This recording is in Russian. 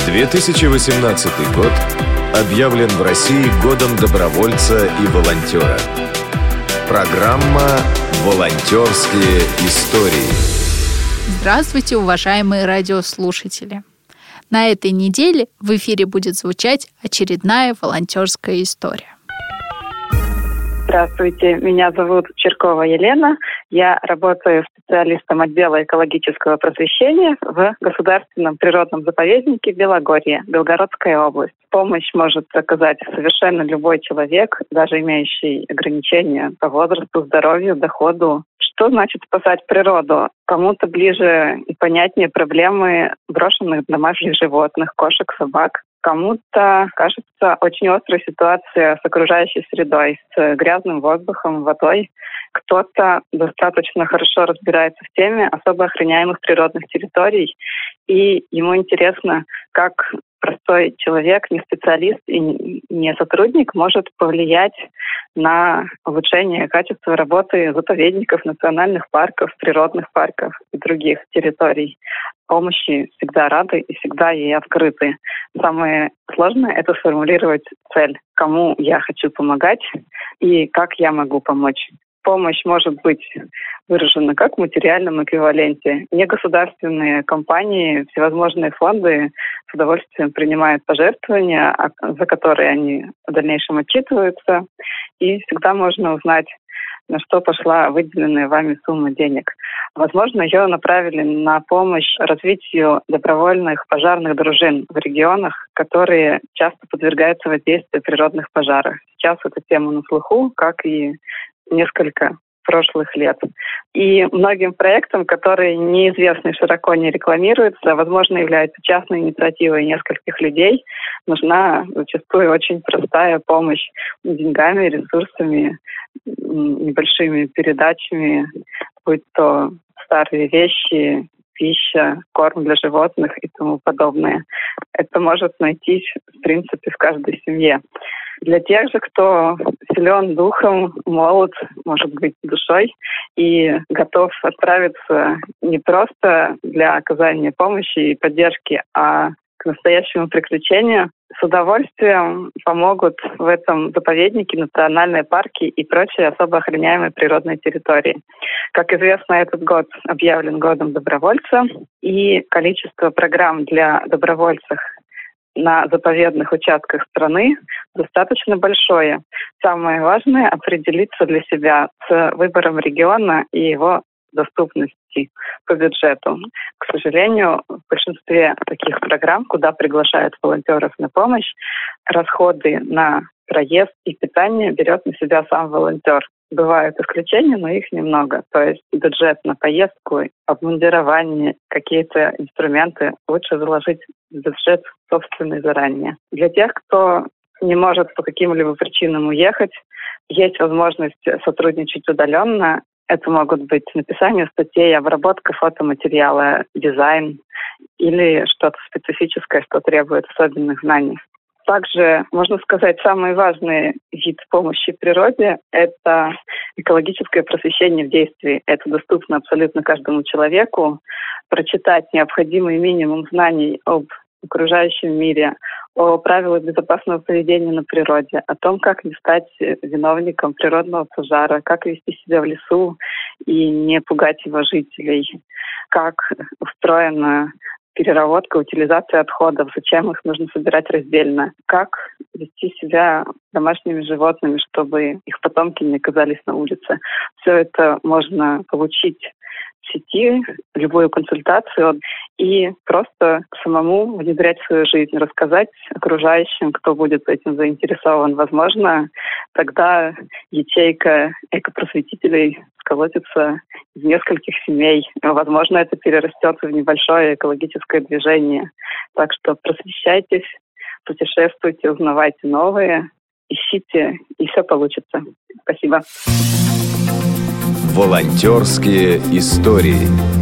2018 год объявлен в России годом добровольца и волонтера. Программа «Волонтерские истории». Здравствуйте, уважаемые радиослушатели! На этой неделе в эфире будет звучать очередная волонтерская история. Здравствуйте, меня зовут Черкова Елена. Я работаю специалистом отдела экологического просвещения в Государственном природном заповеднике Белогорье, Белгородская область. Помощь может оказать совершенно любой человек, даже имеющий ограничения по возрасту, здоровью, доходу. Что значит спасать природу? Кому-то ближе и понятнее проблемы брошенных домашних животных, кошек, собак. Кому-то кажется очень острой ситуация с окружающей средой, с грязным воздухом, водой. Кто-то достаточно хорошо разбирается в теме особо охраняемых природных территорий, и ему интересно, как простой человек, не специалист и не сотрудник, может повлиять на улучшение качества работы заповедников, национальных парков, природных парков и других территорий. Помощи всегда рады и всегда ей открыты. Самое сложное — это сформулировать цель, кому я хочу помогать и как я могу помочь. Помощь может быть выражена как в материальном эквиваленте. Негосударственные компании, всевозможные фонды с удовольствием принимают пожертвования, за которые они в дальнейшем отчитываются. И всегда можно узнать, на что пошла выделенная вами сумма денег. Возможно, ее направили на помощь развитию добровольных пожарных дружин в регионах, которые часто подвергаются воздействию природных пожаров. Сейчас эта тема на слуху, как и несколько прошлых лет. И многим проектам, которые неизвестны, широко не рекламируются, возможно, являются частной инициативой нескольких людей, нужна зачастую очень простая помощь деньгами, ресурсами, небольшими передачами, будь то старые вещи, пища, корм для животных и тому подобное. Это может найтись, в принципе, в каждой семье. Для тех же, кто силен духом, молод, может быть, душой и готов отправиться не просто для оказания помощи и поддержки, а к настоящему приключению, с удовольствием помогут в этом заповеднике, национальные парки и прочие особо охраняемые природные территории. Как известно, этот год объявлен годом добровольца, и количество программ для добровольцев на заповедных участках страны достаточно большое. Самое важное — определиться для себя с выбором региона и его доступности по бюджету. К сожалению, в большинстве таких программ, куда приглашают волонтеров на помощь, расходы на проезд и питание берет на себя сам волонтер. Бывают исключения, но их немного. То есть бюджет на поездку, обмундирование, какие-то инструменты лучше заложить в бюджет собственный заранее. Для тех, кто не может по каким-либо причинам уехать, есть возможность сотрудничать удаленно. Это могут быть написание статей, обработка фотоматериала, дизайн или что-то специфическое, что требует особенных знаний. Также, можно сказать, самый важный вид помощи природе — это экологическое просвещение в действии. Это доступно абсолютно каждому человеку. Прочитать необходимый минимум знаний об окружающем мире, о правилах безопасного поведения на природе, о том, как не стать виновником природного пожара, как вести себя в лесу и не пугать его жителей, как устроена переработка, утилизация отходов, зачем их нужно собирать раздельно, как вести себя домашними животными, чтобы их потомки не оказались на улице. Все это можно получить в сети, любую консультацию и просто самому внедрять в свою жизнь, рассказать окружающим, кто будет этим заинтересован. Возможно, тогда ячейка экопросветителей сколотится из нескольких семей. Возможно, это перерастет в небольшое экологическое движение. Так что просвещайтесь, путешествуйте, узнавайте новые, ищите, и все получится. Спасибо. Волонтерские истории.